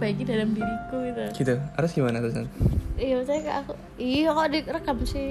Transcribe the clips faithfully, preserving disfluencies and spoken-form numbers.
perbaiki dalam diriku gitu. Gitu. Harus gimana terusan? Iya, saya kayak aku. Iya, kok direkam sih.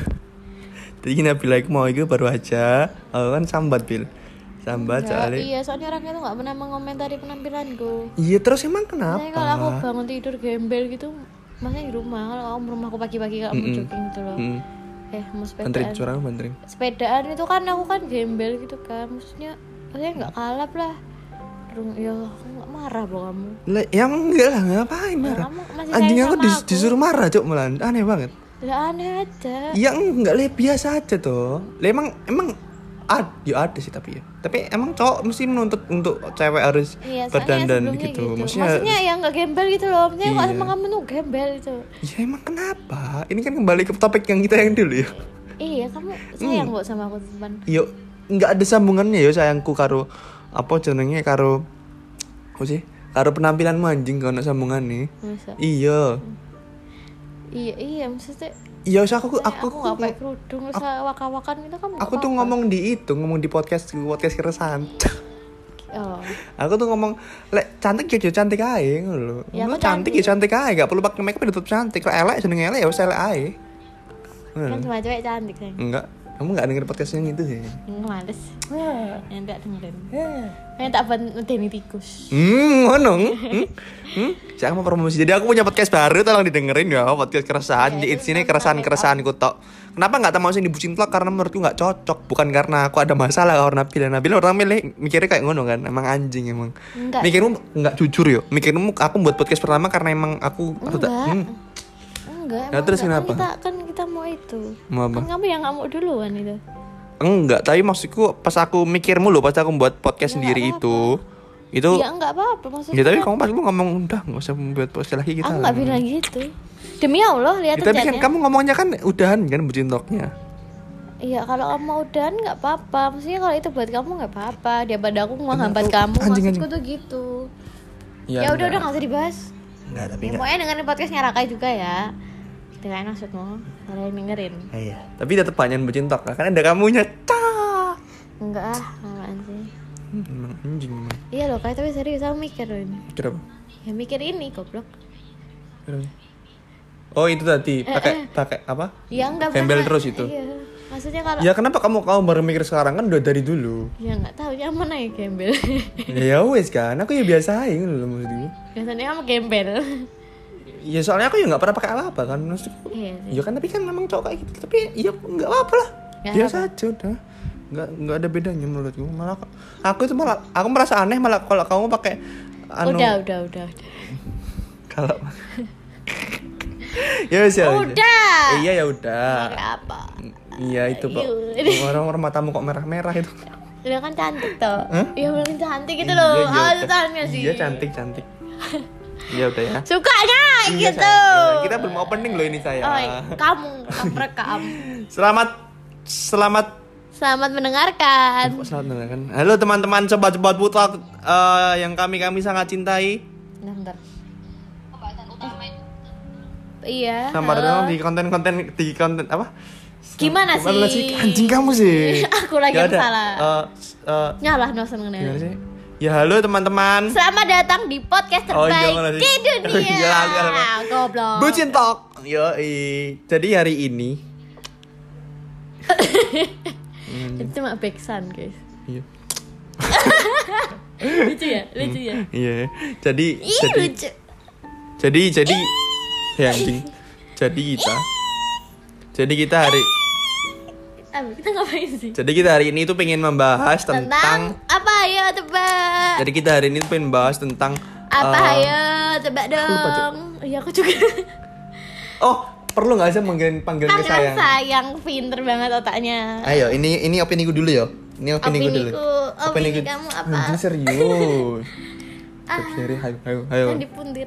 Jadi Nabila iku mau iku baru aja. Aku kan sambat Bil. Sambat Enggak, soalnya. iya, soalnya orangnya tuh enggak pernah mengomentari penampilanku. Iya, terus emang kenapa? Saya kalau aku bangun tidur gembel gitu, maksudnya di rumah, kalau kamu rumahku pagi-pagi kamu Mm-mm. jogging gitu loh. Mm-mm. Eh, mau Bantering, sepedaan. curang bantering. Sepedaan itu kan aku kan gembel gitu kan. Maksudnya, maksudnya enggak kalap lah. Terus ya, aku enggak marah loh kamu. Lah, ya enggak lah, ngapain Ya, marah? kamu masih Anjing sayang aku, sama dis- aku. disuruh marah, Cuk, malah aneh banget. Lah aneh aja. Ya enggak lah, biasa aja tuh. Lah emang emang ad, ya ada sih tapi ya. Tapi emang cowok mesti menuntut untuk cewek harus Iya, soalnya berdandan sebelumnya gitu. gitu. Maksudnya, Maksudnya ya nggak gembel gitu loh. Maksudnya kok Iya. sama kamu tuh gembel gitu. ya emang kenapa? Ini kan kembali ke topik yang kita yang dulu ya. Iya, kamu sayang Hmm. kok sama aku teman. Yo, enggak ada sambungannya yo sayangku karo apa jenenge karo apa sih? Karo penampilanmu anjing kalau sambungannya. Masa? Iya. Iya, iya maksudnya. Iya, usah aku Aku aku aku nggak pakai kerudung, usah waka-wakan gitu kamu. aku tuh ngomong di itu, ngomong di podcast podcast keresahan. Oh. Aku tuh ngomong, lek cantik ya cantik aja ngono lho. Ya, Lu aku cantik ya cantik aja, gak perlu pakai makeup udah tetep cantik. Kalau elek jenenge elek ya wis elek aja. Kan cuma cewek cantik sayang. Enggak, kamu enggak denger podcastnya itu sih. Enggak males. Ya enggak dengerin. Kayak tak buat medeni tikus. Hmm, ngono. Hmm. Hmm. Saya mau promosi. Jadi aku punya podcast baru, tolong didengerin ya, podcast keresahan. Ya, Di itu sini tentang keresahan-keresahanku tok. Kenapa enggak tahu sing dibucin vlog? Karena menurutku enggak cocok, bukan karena aku ada masalah karena Nabila. Nabila orang milih mikirnya kayak ngono kan, emang anjing emang. Enggak. Mikirmu enggak jujur yo. Mikirmu aku buat podcast pertama karena emang aku Enggak. hmm. Enggak. Nah, emang terus enggak. kenapa? Kan kita kan kita mau itu. Mau apa? Kan kamu yang ngamuk duluan itu. Enggak, tapi maksudku pas aku mikir mulu pas aku buat podcast Ya, sendiri nggak itu itu Ya enggak apa-apa maksudnya. ya tapi kamu pas lu ngomong udah nggak usah buat podcast lagi kita. Aku enggak bilang gitu. Demi Allah lihat Ya, tapi kan chatnya. kamu ngomongnya kan udahan kan bucin talknya. Iya, kalau kamu mau udahan nggak apa-apa. Maksudnya kalau itu buat kamu nggak apa-apa. Daripada aku menghambat Kenapa? kamu. Anjing, Maksudku anjing. tuh gitu. Ya, Ya, udah enggak. udah nggak usah dibahas. Enggak, tapi Ya, enggak. pokoknya dengerin podcastnya Rakai juga ya. Dengerin maksudmu. Kalian dengerin. Iya, tapi tetap banyak bucin talk kan ada kamunya. Cah. Enggak ah, apaan sih. Hmm, emang anjing emang. Iya loh, kayak tapi serius aku mikir loh ini. Kenapa? Ya mikir ini goblok. Kenapa? Oh, itu tadi pakai eh. pakai apa? Ya enggak Gembel pernah. terus itu. Iya. Maksudnya kalau Ya kenapa kamu kamu baru mikir sekarang kan udah dari dulu. ya enggak tahu yang mana ya gembel. Ya wes kan, aku ya biasa aja ngono lho maksudku. Biasanya kamu gembel. Ya soalnya aku ya nggak pernah pakai apa-apa kan maksudku. Iya sih. Ya kan tapi kan memang cowok kayak gitu. Tapi ya nggak apa-apa lah. Nggak Biasa apa. aja udah. Nggak nggak ada bedanya menurutku. Malah aku- aku itu malah aku merasa aneh malah kalau kamu pakai anu Udah, udah, udah, udah. kalau ya wes ya. wes. Udah. Iya ya udah. Pakai apa? Iya itu kok. Ayo. Orang-orang matamu kok merah-merah itu. Udah kan cantik toh. Hah? Iya bener cantik gitu Iya, loh. iya, Awal iya. tahannya sih. Iya cantik cantik. Iya udah ya. Sukanya Iya, gitu. sayang. Ya, kita belum opening loh ini saya. Oh, kamu kamu rekam. Selamat selamat Selamat mendengarkan. Kok selamat mendengarkan. Halo teman-teman sobat-sobat putra uh, yang kami-kami sangat cintai. Bentar. Iya. Sampai halo. dong di konten-konten di konten apa? Gimana sih? Anjing kamu sih. Aku lagi Ya yang udah, salah. uh, uh, Nyalah nosen gimana ngene. sih? Ya halo teman-teman. Selamat datang di podcast Oh, iya, terbaik mana sih? di dunia. Iya, iya, iya. Goblok. Bucin Talk. Yo, jadi hari ini Itu cuma backsound, guys. Iya. Lucu ya? Lucu ya? Iya. Jadi Ih, jadi lucu. jadi jadi ya anjing. Jadi kita Jadi kita hari Ah, kita ngapain sih? Jadi kita hari ini tuh pengen membahas tentang, Tentang apa ya tebak? Jadi kita hari ini tuh pengen membahas tentang Apa uh, ya tebak lupa, Cuk. dong? Iya aku juga. Oh, perlu nggak sih manggilin panggilan Panggilan sayang? sayang, pinter banget otaknya. Ayo, ini ini opini gue dulu ya. Ini opini gue dulu. Opiniku, opini gue- kamu apa? Anjing serius. Ah. Serius, ayo, ayo, ayo. Kan dipuntir.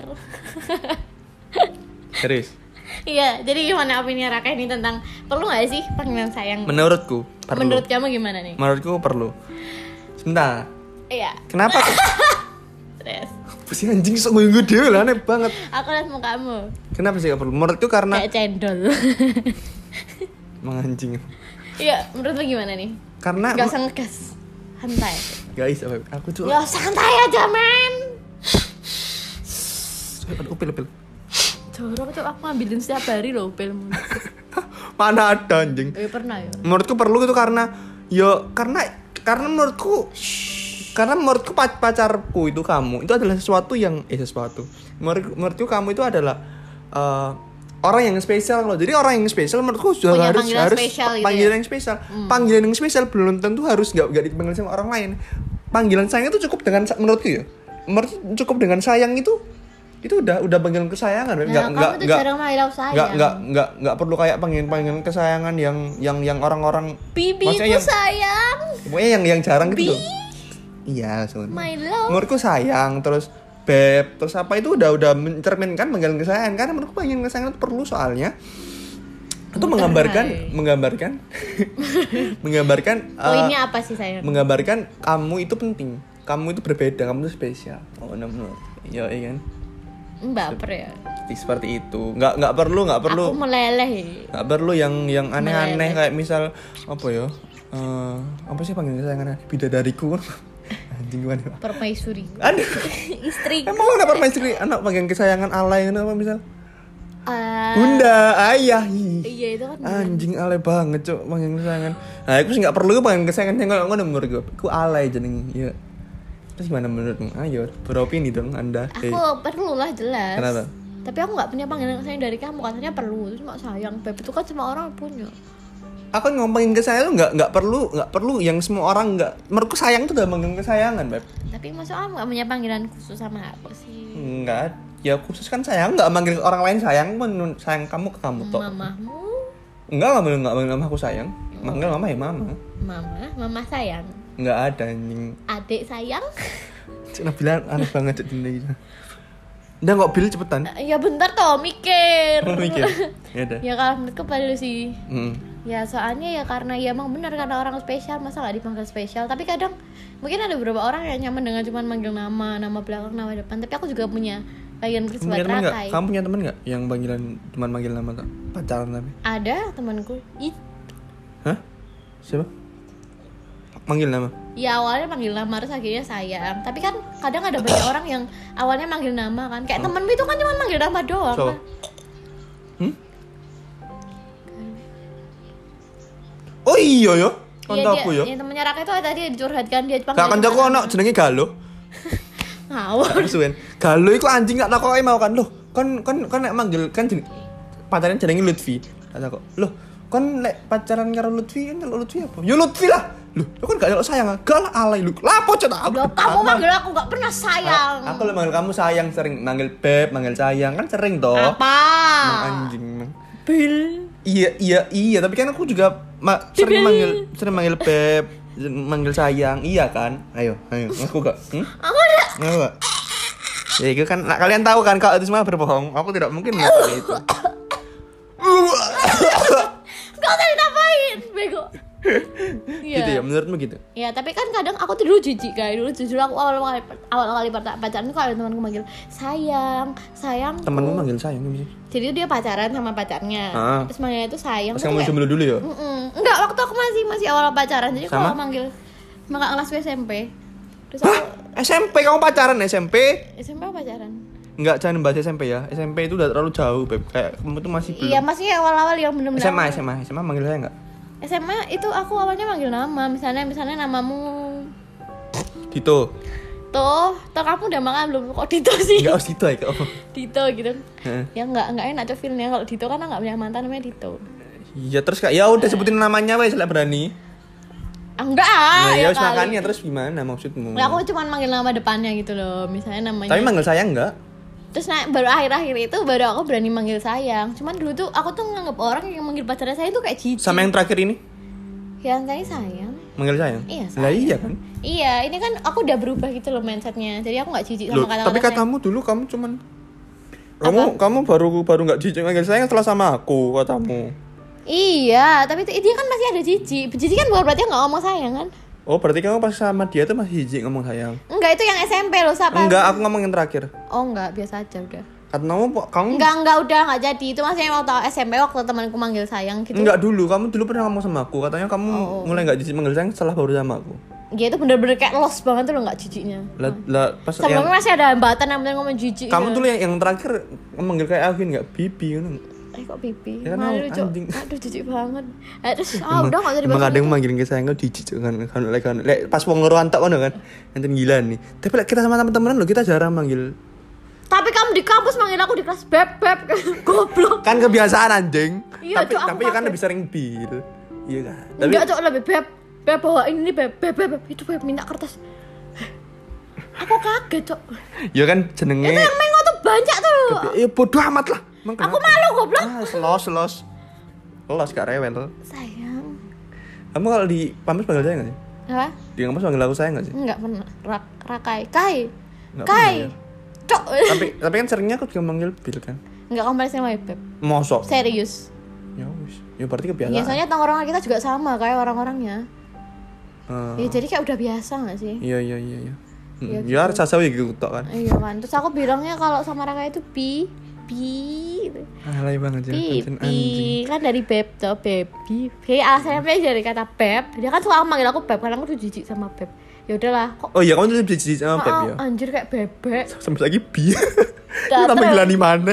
Serius. Iya, jadi gimana opini Raka ini tentang perlu nggak sih panggilan sayang? Menurutku perlu. Menurut kamu gimana nih? Menurutku perlu. Sebentar. Iya. Kenapa? Stres. Apa sih anjing sok gue dewe lah aneh banget. Aku lihat mukamu Kenapa sih gak perlu? Menurutku karena kayak cendol. emang anjing. Iya, menurut lu gimana nih? Karena Gak usah ngegas, santai. guys, aku tuh Ya santai aja men. Aduh, upil upil. Jorok tuh aku ngambilin setiap hari loh filmmu. Mana ada anjing. Eh pernah ya. Menurutku perlu itu karena yo karena karena menurutku karena menurutku pac- pacarku itu kamu itu adalah sesuatu yang eh sesuatu. Menurut, menurutku kamu itu adalah uh, orang yang spesial loh. Jadi orang yang spesial menurutku juga Punya harus panggilan harus spesial gitu panggilan ya? yang spesial. Hmm. Panggilan yang spesial belum tentu harus enggak enggak dipanggil sama orang lain. Panggilan sayang itu cukup dengan menurutku ya. Menurut cukup dengan sayang itu itu udah udah panggilan kesayangan. Nah, enggak kamu enggak tuh enggak jarang manggil aku sayang. enggak enggak enggak enggak perlu kayak panggilan panggilan kesayangan yang yang yang orang-orang Bibiku maksudnya yang sayang. pokoknya yang yang jarang gitu Bi. loh. Iya, so. My love. Menurutku sayang, terus beb, terus apa itu udah udah mencerminkan panggilan kesayangan. Karena menurutku panggilan kesayangan itu perlu soalnya itu menggambarkan Muterai. menggambarkan menggambarkan Poinnya uh, apa sih sayang? menggambarkan kamu itu penting, kamu itu berbeda, kamu itu spesial. Oh, no, no. Iya, iya kan? Baper ya. Seperti itu. Nggak nggak perlu, nggak perlu. Aku meleleh. Nggak perlu yang yang aneh-aneh Meleleh. kayak misal apa ya? Eh, apa sih panggilan kesayangan? Bidadariku. Anjing gimana? Pak? Permaisuri. Aduh. Istri. Emang ada permaisuri anak panggilan kesayangan alay apa misal? Ah, Bunda, ayah. Ih. Iya itu kan. Anjing alay banget, Cuk, panggilan kesayangan. Nah, aku sih enggak perlu panggilan kesayangan yang ngono menurut gue. Aku alay jeneng. Ya. Terus gimana menurutmu? Ayo, beropini dong Anda. Aku perlu lah jelas. Kenapa? Tapi aku nggak punya panggilan sayang dari kamu, katanya perlu. Terus mak sayang, beb itu kan semua orang punya. Aku ngomongin ke saya tuh nggak nggak perlu nggak perlu yang semua orang nggak. Menurutku sayang tuh udah panggilan kesayangan, Beb. Tapi maksud kamu nggak punya panggilan khusus sama aku sih? Enggak. Ya khusus kan sayang nggak manggil orang lain sayang, pun sayang kamu ke kamu toh. Mamahmu, Enggak nggak manggil nggak manggil nama aku sayang. Manggil mama ya mama. mama, mama sayang, Nggak ada anjing. adik sayang. Cina bilang aneh banget cek dinda gitu. Udah nggak bil cepetan. Ya bentar toh mikir. Oh, mikir. Ya udah. Ya kalau menurutku perlu sih. Hmm. Ya soalnya ya karena ya emang benar karena orang spesial, masa nggak dipanggil spesial. Tapi kadang mungkin ada beberapa orang yang nyaman dengan cuma manggil nama, nama belakang, nama depan. Tapi aku juga punya panggilan khusus Punya buat teman nggak? Rakai. Kamu punya teman nggak yang panggilan cuma manggil nama tak pacaran tapi? Ada temanku. Ih, Hah? Siapa? Manggil nama? ya awalnya manggil nama terus akhirnya sayang. Tapi kan kadang ada banyak orang yang awalnya manggil nama kan. Kayak temenmu itu kan cuma manggil nama doang So. kan. Hmm? Oh iya yo. Iya Kontakku dia, yo. yang temennya Raka itu tadi dicurhatkan dia panggil. Gak kancaku ono jenenge Galo. Ngawur. Suwen. Galo iku anjing gak takoki mau kan. Loh, kon kon kon nek manggil kan jeneng pacarnya jenenge Lutfi. Kata kok. Loh, kon nek pacaran karo Lutfi kan kalau Lutfi apa? Yo Lutfi lah. Loh, lo kan gak nyelok sayang. Gak lah alay lu. Lapo cet aku. Loh, kamu manggil aku gak pernah sayang. Aku lo manggil kamu sayang sering manggil beb, manggil sayang kan sering toh. Apa? Emang anjing. emang. Bil. Iya iya iya tapi kan aku juga ma- sering Bibel. manggil sering manggil beb, manggil sayang. Iya kan? Ayo, ayo ngaku gak? Hmm? Aku ada. Ngaku gak? Ya itu kan nah, kalian tahu kan kalau itu semua berbohong. Aku tidak mungkin melakukan itu. Kau tadi ngapain? Bego. Iya. Gitu ya menurutmu gitu? Ya tapi kan kadang aku tuh dulu jijik guys. Dulu jujur aku awal kali awal kali pacaran tuh ada temanku manggil sayang, sayang. Temenmu manggil sayang gitu. Jadi dia pacaran sama pacarnya. Ah. Terus manggilnya itu sayang. Pas tuh kamu kayak- jomblo dulu ya? Mm-mm. Enggak, waktu aku masih masih awal pacaran. Jadi Sama? kalau manggil maka kelas S M P. Terus Hah? aku S M P kamu pacaran S M P? S M P apa pacaran? Enggak, jangan bahas S M P ya. S M P itu udah terlalu jauh, Beb. Kayak kamu tuh masih belum. Iya, masih awal-awal yang benar-benar. S M A, S M A, S M A manggil saya enggak? S M A itu aku awalnya manggil nama, misalnya misalnya namamu Dito. Toh, toh kamu udah makan belum? Kok Dito sih? Enggak harus Dito ya, Kak. Dito gitu. Heeh. Ya enggak enggak enak tuh feelnya kalau Dito kan enggak punya mantan namanya Dito. Iya, terus Kak, ya udah sebutin namanya wes lah berani. Ah, enggak ah. Nah, ya ya wis kali. makanya terus gimana maksudmu? Nah, aku cuma manggil nama depannya gitu loh. Misalnya namanya. Tapi manggil sayang enggak? Terus nah, baru akhir-akhir itu baru aku berani manggil sayang. Cuman dulu tuh aku tuh nganggap orang yang manggil pacarnya sayang tuh kayak jijik. Sama yang terakhir ini? Yang saya sayang. Manggil sayang? Iya, Lah sayang. iya kan? Iya, ini kan aku udah berubah gitu loh mindsetnya. Jadi aku nggak jijik sama Loh, kata-kata tapi sayang. katamu dulu kamu cuman kamu kamu baru baru enggak jijik manggil sayang setelah sama aku katamu. Iya, tapi itu, dia kan masih ada jijik. Jijik kan bukan berarti nggak ngomong sayang kan? Oh, berarti kamu pas sama dia tuh masih jijik ngomong sayang. Enggak, itu yang S M P loh, siapa? Enggak, aku ngomong yang terakhir. Oh, enggak, biasa aja udah. Katamu kamu Enggak, enggak udah enggak jadi. Itu masih waktu S M P waktu temanku manggil sayang gitu. enggak dulu, kamu dulu pernah ngomong sama aku, katanya kamu Oh. mulai enggak jijik manggil sayang setelah baru sama aku. Ya itu bener-bener kayak los banget tuh loh, nggak jijiknya. Lah, lah pas sebelumnya yang, masih ada hambatan yang penting ngomong jijik. kamu ya. tuh yang, yang terakhir manggil kayak Alvin nggak bibi kan? Eh kok pipi? Ya kan, Malu cok. anjing. Aduh jijik banget. Eh, terus ah udah nggak jadi Emang bahas ada yang itu. manggilin ke saya nggak jijik kan kan lek kan lek pas wong ngero antak kan kan enten gila nih. Tapi lek kita sama teman-teman lo kita jarang manggil. Tapi kamu di kampus manggil aku di kelas beb beb goblok. Kan kebiasaan anjing. Iya, tapi Cok, aku tapi ya kan pakai. lebih sering bil. Iya kan. Tapi Enggak cok lebih beb beb bawa ini beb beb beb beb. Itu beb minta kertas. Aku kaget cok. ya kan jenenge. Itu yang mengo tuh banyak tuh. Ya bodoh amat lah. Emang Aku kenapa? malu goblok. Ah, selos selos. Selos gak rewel. Sayang. Kamu kalau di kampus panggil saya nggak sih? Apa? Di kampus panggil aku saya nggak sih? Enggak pernah. Rak rakai. Kai. Nggak Kai. pernah, ya? Cok. tapi tapi kan seringnya aku juga manggil Bil kan. Enggak kamu paling sama beb. Mosok. Serius. Ya wis. Ya berarti kebiasaan. Biasanya tongkrongan kita juga sama kayak orang-orangnya. Eh, Ya jadi kayak udah biasa gak sih? iya iya iya iya. Ya, Hmm, ya harus sasawi gitu tok kan. Iya kan. Terus aku bilangnya kalau sama Raka itu bi bi gitu. Alay banget ya. Pipi Anjing. kan dari beb tuh baby. Kayak alasannya apa dari kata beb. Dia kan suka manggil aku beb karena aku tuh jijik sama beb. Ya udahlah kok. Oh iya kamu tuh lebih jijik sama Beb Ah, ya. anjir kayak bebek. Sampai lagi bi. Dah, Tambah terus. gila di mana?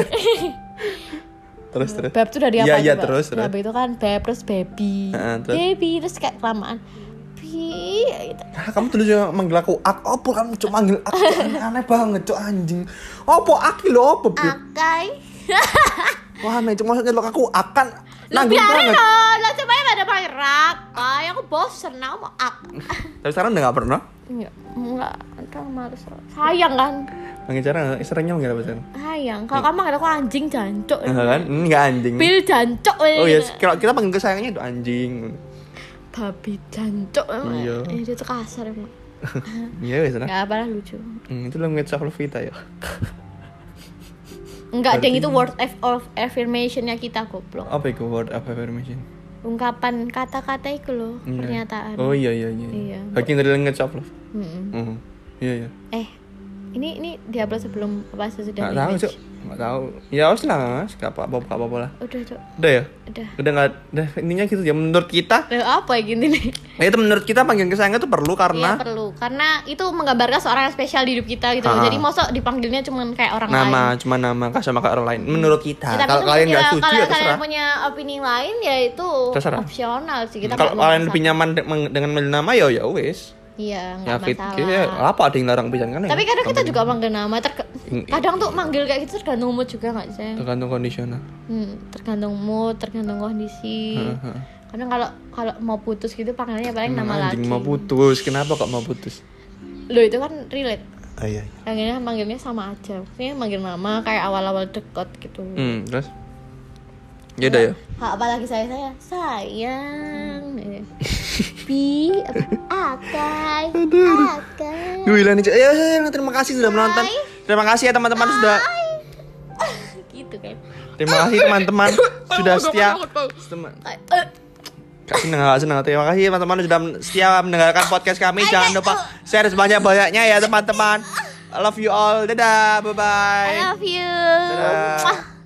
terus terus. Beb tuh dari apa? Iya iya coba? terus Nah, terus. itu kan beb terus baby. Heeh, terus? Baby terus kayak kelamaan. Bi gitu. Ah, kamu dulu juga manggil aku ak. Apa kamu cuma manggil ak? Cuk, aneh, aneh banget cok anjing. Apa aki lo apa Beb? Akai. Wah, nih cuma maksudnya lo aku akan Lu nanggung biarin banget. dong, lah coba ya pada panggil Rakai, aku bosen, aku mau ak. Tapi sekarang udah gak pernah. Enggak, enggak, enggak males. Sayang kan? Manggil cara seringnya manggil apa sekarang? Sayang, kalau kamu manggil aku anjing jancuk. Enggak kan? Enggak anjing. Pil jancuk. Oh iya, kalau kita panggil kesayangannya itu anjing. Babi jancuk. Iya. Eh, itu tuh kasar emang. Iya wes nah. Enggak apa-apa lucu. Hmm, itu lo ngeliat self Vita ya. Enggak, deng Berarti- itu word of affirmation-nya kita goblok. Apa itu word of affirmation? Ungkapan kata-kata itu loh, Iya. pernyataan. Oh iya iya iya. Iya. Bagian dari ngeliat self love. Mm-mm. Oh, iya iya. Eh, ini ini diupload sebelum apa sesudah Nggak tahu image? cok, nggak tahu. Ya harus lah, mas. Gak apa-apa, gak apa-apa lah. Udah, Cok. Udah ya, Udah. udah nggak, udah intinya gitu ya. Menurut kita, Loh, apa ya gini nih? ya itu menurut kita panggilan kesayangan itu perlu Iya karena perlu, karena itu menggambarkan seorang yang spesial di hidup kita gitu. Ha. Jadi mosok dipanggilnya cuman kayak orang nama, lain. cuma nama kah sama kayak orang lain. Menurut kita, Ya, tapi kalau itu kalian nggak ya, setuju kalau ya kalian terserah. punya opini lain ya itu Terserah. opsional sih kita. Kalau nggak kalian memaksa. lebih nyaman de- meng- dengan memilih nama ya ya wes. Iya, Ya nggak kita, masalah. kita apa ada yang larang pisan kan? ya? Tapi kadang kita Kamu- juga manggil nama. Terg- Ing- kadang tuh manggil kayak gitu tergantung mood juga nggak sih? tergantung kondisional. Hmm, tergantung mood, tergantung kondisi. Heeh. Kadang kalau kalau mau putus gitu panggilannya paling nama Hmm, Anjing lagi. mau putus, kenapa kok mau putus? Loh itu kan relate. Oh iya. Manggilnya manggilnya sama aja. Maksudnya manggil nama kayak awal-awal deket gitu. Hmm, terus? Ya udah ya. Ha, apalagi saya saya sayang. Eh. Bi, apa? akai, akai. Gila nih, Cok. Ya, ya, ya, terima kasih sudah menonton. Terima kasih ya teman-teman sudah. Gitu kan. Terima kasih teman-teman sudah setia. Teman. Eh, eh. Gak seneng, gak seneng. Terima kasih teman-teman sudah setia mendengarkan podcast kami. Jangan lupa share sebanyak-banyaknya ya teman-teman. I love you all. Dadah, bye I bye. love you. Dadah. Mwah.